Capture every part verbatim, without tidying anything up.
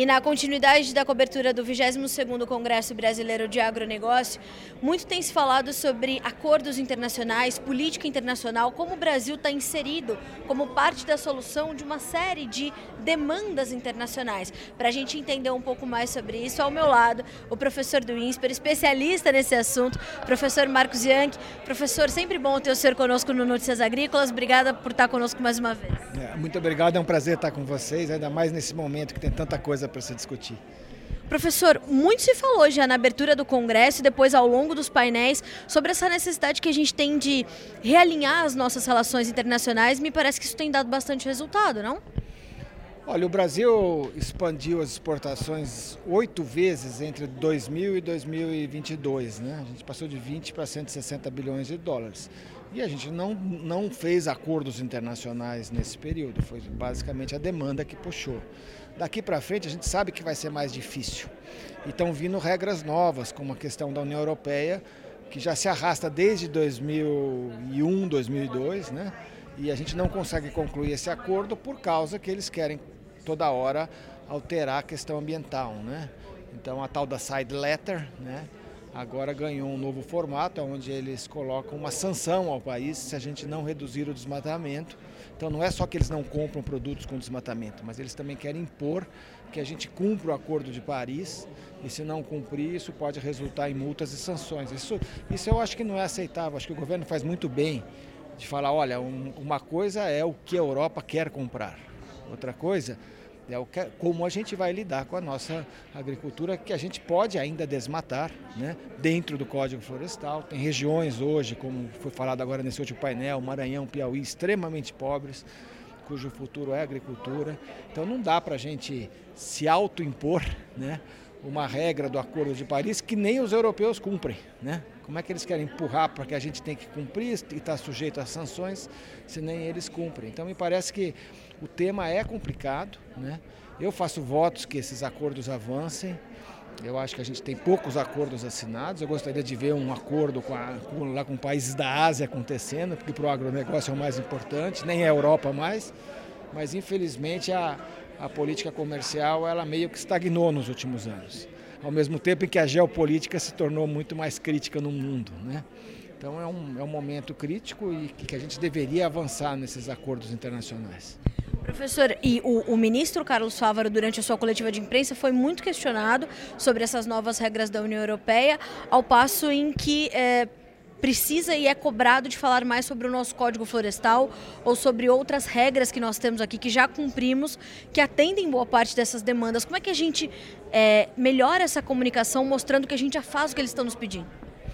E na continuidade da cobertura do vigésimo segundo Congresso Brasileiro de Agronegócio, muito tem se falado sobre acordos internacionais, política internacional, como o Brasil está inserido como parte da solução de uma série de demandas internacionais. Para a gente entender um pouco mais sobre isso, ao meu lado, o professor do INSPER, especialista nesse assunto, professor Marcos Bianchi. Professor, sempre bom ter o senhor conosco no Notícias Agrícolas. Obrigada por estar conosco mais uma vez. É, muito obrigado, é um prazer estar com vocês, ainda mais nesse momento que tem tanta coisa para se discutir. Professor, muito se falou já na abertura do Congresso e depois ao longo dos painéis sobre essa necessidade que a gente tem de realinhar as nossas relações internacionais. Me parece que isso tem dado bastante resultado, não? Olha, o Brasil expandiu as exportações oito vezes entre dois mil e dois mil e vinte e dois, né? A gente passou de vinte para cento e sessenta bilhões de dólares. E a gente não, não fez acordos internacionais nesse período, foi basicamente a demanda que puxou. Daqui para frente a gente sabe que vai ser mais difícil. E estão vindo regras novas, como a questão da União Europeia, que já se arrasta desde dois mil e um, dois mil e dois, né? E a gente não consegue concluir esse acordo por causa que eles querem toda hora alterar a questão ambiental, né? Então a tal da side letter, né, agora ganhou um novo formato, onde eles colocam uma sanção ao país se a gente não reduzir o desmatamento. Então não é só que eles não compram produtos com desmatamento, mas eles também querem impor que a gente cumpra o Acordo de Paris, e se não cumprir, isso pode resultar em multas e sanções. Isso, isso eu acho que não é aceitável, acho que o governo faz muito bem de falar, olha, um, uma coisa é o que a Europa quer comprar, outra coisa é o que, como a gente vai lidar com a nossa agricultura, que a gente pode ainda desmatar, né, dentro do Código Florestal. Tem regiões hoje, como foi falado agora nesse último painel, Maranhão, Piauí, extremamente pobres, cujo futuro é agricultura. Então não dá para a gente se autoimpor, né, uma regra do Acordo de Paris que nem os europeus cumprem, né? Como é que eles querem empurrar para que a gente tem que cumprir e está sujeito às sanções se nem eles cumprem? Então me parece que o tema é complicado, né? Eu faço votos que esses acordos avancem. Eu acho que a gente tem poucos acordos assinados. Eu gostaria de ver um acordo com, a, com, lá com países da Ásia acontecendo, porque para o agronegócio é o mais importante, nem a Europa mais. Mas infelizmente a, a política comercial ela meio que estagnou nos últimos anos, ao mesmo tempo em que a geopolítica se tornou muito mais crítica no mundo, né? Então é um, é um momento crítico e que a gente deveria avançar nesses acordos internacionais. Professor, e o, o ministro Carlos Fávaro, durante a sua coletiva de imprensa, foi muito questionado sobre essas novas regras da União Europeia, ao passo em que é, precisa e é cobrado de falar mais sobre o nosso Código Florestal ou sobre outras regras que nós temos aqui, que já cumprimos, que atendem boa parte dessas demandas. Como é que a gente é, melhora essa comunicação, mostrando que a gente já faz o que eles estão nos pedindo?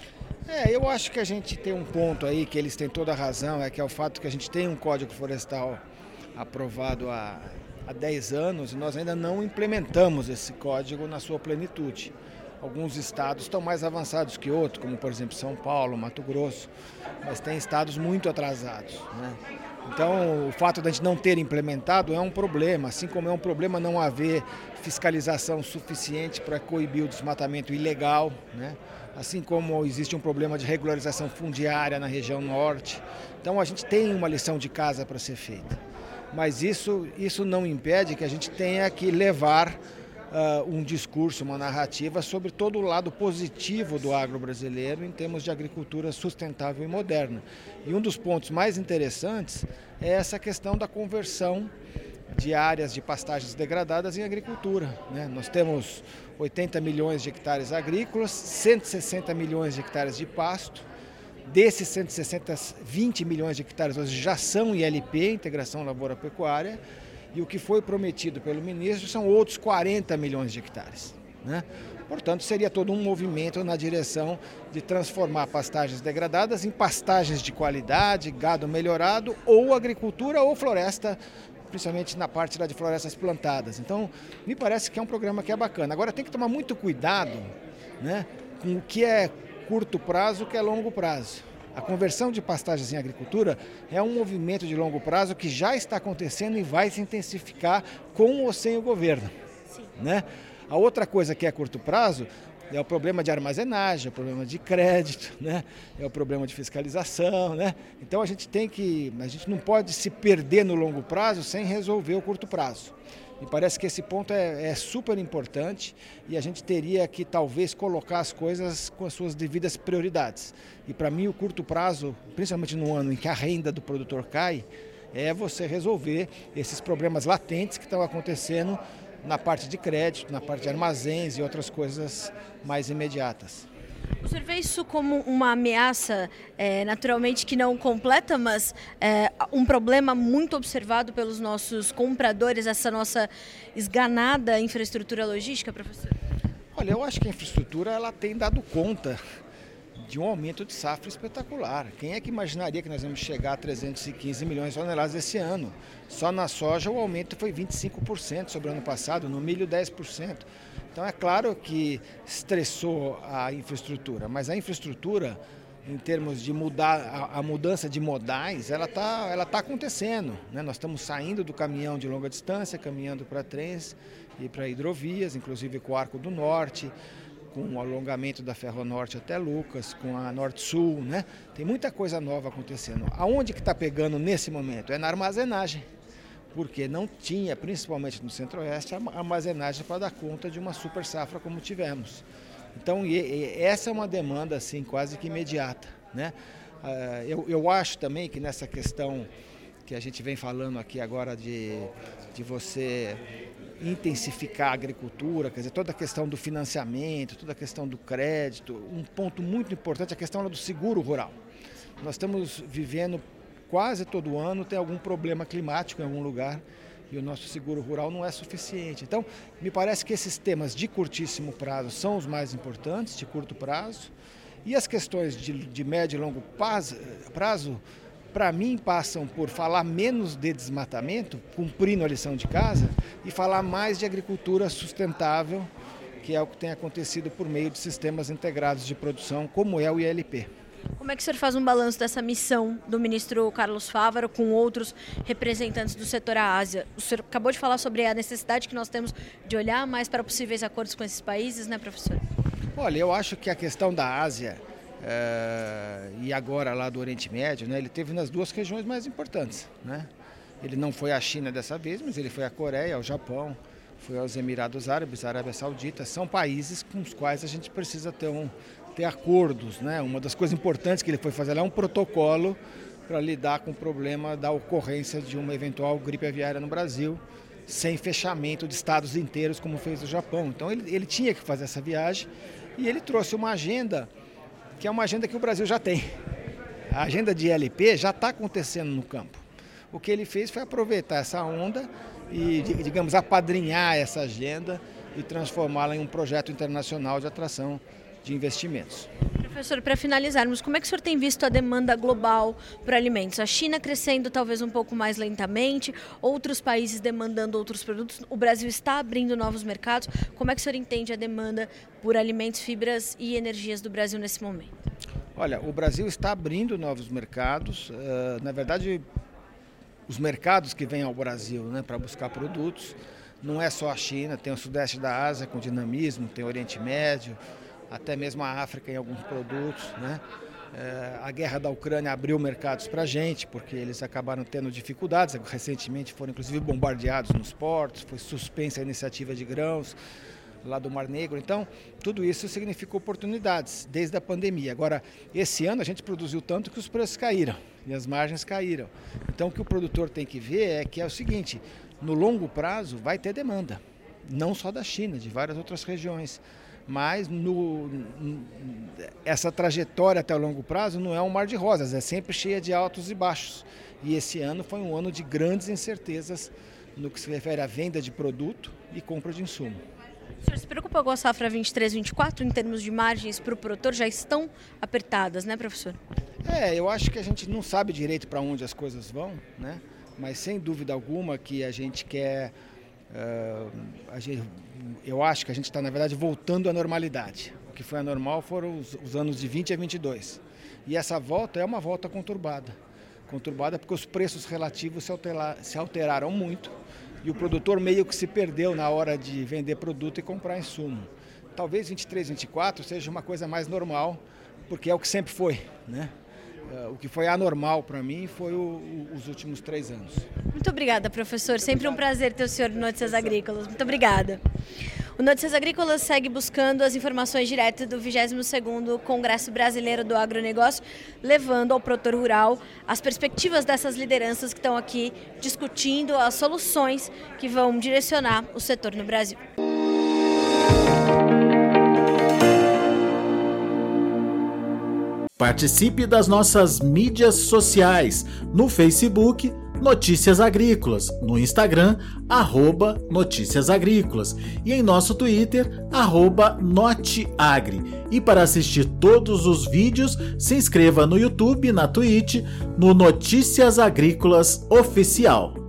É, eu acho que a gente tem um ponto aí, que eles têm toda a razão, é que é o fato que a gente tem um Código Florestal aprovado há, há dez anos e nós ainda não implementamos esse código na sua plenitude. Alguns estados estão mais avançados que outros, como por exemplo São Paulo, Mato Grosso, mas tem estados muito atrasados, né? Então o fato de a gente não ter implementado é um problema, assim como é um problema não haver fiscalização suficiente para coibir o desmatamento ilegal, né? Assim como existe um problema de regularização fundiária na região norte. Então a gente tem uma lição de casa para ser feita. Mas isso, isso não impede que a gente tenha que levar uh, um discurso, uma narrativa sobre todo o lado positivo do agro brasileiro em termos de agricultura sustentável e moderna. E um dos pontos mais interessantes é essa questão da conversão de áreas de pastagens degradadas em agricultura, né? Nós temos oitenta milhões de hectares agrícolas, cento e sessenta milhões de hectares de pasto. Desses cento e sessenta, vinte milhões de hectares hoje já são I L P, Integração Lavoura-Pecuária, e o que foi prometido pelo ministro são outros quarenta milhões de hectares, né? Portanto, seria todo um movimento na direção de transformar pastagens degradadas em pastagens de qualidade, gado melhorado, ou agricultura ou floresta, principalmente na parte lá de florestas plantadas. Então, me parece que é um programa que é bacana. Agora, tem que tomar muito cuidado, né, com o que é curto prazo, o que é longo prazo. A conversão de pastagens em agricultura é um movimento de longo prazo que já está acontecendo e vai se intensificar com ou sem o governo, né? A outra coisa que é curto prazo É o problema de armazenagem, é o problema de crédito, né? É o problema de fiscalização, né? Então a gente tem que, a gente não pode se perder no longo prazo sem resolver o curto prazo. Me parece que esse ponto é, é super importante e a gente teria que talvez colocar as coisas com as suas devidas prioridades. E para mim o curto prazo, principalmente no ano em que a renda do produtor cai, é você resolver esses problemas latentes que estão acontecendo na parte de crédito, na parte de armazéns e outras coisas mais imediatas. O senhor vê isso como uma ameaça, é, naturalmente que não completa, mas é, um problema muito observado pelos nossos compradores, essa nossa esganada infraestrutura logística, professor? Olha, eu acho que a infraestrutura ela tem dado conta de um aumento de safra espetacular. Quem é que imaginaria que nós vamos chegar a trezentos e quinze milhões de toneladas esse ano? Só na soja o aumento foi vinte e cinco por cento sobre o ano passado, no milho dez por cento. Então é claro que estressou a infraestrutura, mas a infraestrutura, em termos de mudar, a, a mudança de modais, ela está ela tá acontecendo, né? Nós estamos saindo do caminhão de longa distância, caminhando para trens e para hidrovias, inclusive com o Arco do Norte, com o alongamento da Ferronorte até Lucas, com a Norte-Sul, né? Tem muita coisa nova acontecendo. Aonde que está pegando nesse momento? É na armazenagem, porque não tinha, principalmente no Centro-Oeste, armazenagem para dar conta de uma super safra como tivemos. Então, e, e, essa é uma demanda assim, quase que imediata, né? Uh, eu, eu acho também que nessa questão que a gente vem falando aqui agora de, de você intensificar a agricultura, quer dizer, toda a questão do financiamento, toda a questão do crédito, um ponto muito importante é a questão do seguro rural. Nós estamos vivendo quase todo ano, tem algum problema climático em algum lugar e o nosso seguro rural não é suficiente. Então, me parece que esses temas de curtíssimo prazo são os mais importantes, de curto prazo, e as questões de, de médio e longo prazo, para mim, passam por falar menos de desmatamento, cumprindo a lição de casa, e falar mais de agricultura sustentável, que é o que tem acontecido por meio de sistemas integrados de produção, como é o I L P. Como é que o senhor faz um balanço dessa missão do ministro Carlos Fávaro com outros representantes do setor à Ásia? O senhor acabou de falar sobre a necessidade que nós temos de olhar mais para possíveis acordos com esses países, né, professor? Olha, eu acho que a questão da Ásia é, e agora lá do Oriente Médio, né, ele teve nas duas regiões mais importantes, né? Ele não foi à China dessa vez, mas ele foi à Coreia, ao Japão, foi aos Emirados Árabes, à Arábia Saudita. São países com os quais a gente precisa ter, um, ter acordos, né? Uma das coisas importantes que ele foi fazer lá é um protocolo para lidar com o problema da ocorrência de uma eventual gripe aviária no Brasil, sem fechamento de estados inteiros, como fez o Japão. Então ele, ele tinha que fazer essa viagem e ele trouxe uma agenda que é uma agenda que o Brasil já tem. A agenda de I L P já está acontecendo no campo. O que ele fez foi aproveitar essa onda e, digamos, apadrinhar essa agenda e transformá-la em um projeto internacional de atração de investimentos. Professor, para finalizarmos, como é que o senhor tem visto a demanda global por alimentos? A China crescendo talvez um pouco mais lentamente, outros países demandando outros produtos, o Brasil está abrindo novos mercados. Como é que o senhor entende a demanda por alimentos, fibras e energias do Brasil nesse momento? Olha, o Brasil está abrindo novos mercados, uh, na verdade, os mercados que vêm ao Brasil, né, para buscar produtos, não é só a China, tem o Sudeste da Ásia com dinamismo, tem o Oriente Médio, até mesmo a África em alguns produtos, né? É, a guerra da Ucrânia abriu mercados para a gente, porque eles acabaram tendo dificuldades, recentemente foram inclusive bombardeados nos portos, foi suspensa a iniciativa de grãos lá do Mar Negro, então tudo isso significou oportunidades desde a pandemia. Agora, esse ano a gente produziu tanto que os preços caíram e as margens caíram. Então o que o produtor tem que ver é que é o seguinte, no longo prazo vai ter demanda, não só da China, de várias outras regiões. Mas no, essa trajetória até o longo prazo não é um mar de rosas, é sempre cheia de altos e baixos. E esse ano foi um ano de grandes incertezas no que se refere à venda de produto e compra de insumo. O senhor se preocupa com a safra vinte e três, vinte e quatro em termos de margens para o produtor? Já estão apertadas, né, professor? É, eu acho que a gente não sabe direito para onde as coisas vão, né? Mas sem dúvida alguma que a gente quer... Uh, a gente, eu acho que a gente está, na verdade, voltando à normalidade. O que foi anormal foram os, os anos de vinte a vinte e dois. E essa volta é uma volta conturbada. Conturbada porque os preços relativos se, altera, se alteraram muito e o produtor meio que se perdeu na hora de vender produto e comprar insumo. talvez vinte e três, vinte e quatro seja uma coisa mais normal, porque é o que sempre foi, né? O que foi anormal para mim foi o, o, os últimos três anos. Muito obrigada, professor. Muito Sempre obrigado. Um prazer ter o senhor no Notícias Agrícolas. Muito obrigada. O Notícias Agrícolas segue buscando as informações diretas do vigésimo segundo Congresso Brasileiro do Agronegócio, levando ao produtor rural as perspectivas dessas lideranças que estão aqui discutindo as soluções que vão direcionar o setor no Brasil. Participe das nossas mídias sociais, no Facebook, Notícias Agrícolas, no Instagram, arroba Notícias Agrícolas e em nosso Twitter, arroba Noteagri. E para assistir todos os vídeos, se inscreva no YouTube, na Twitch, no Notícias Agrícolas Oficial.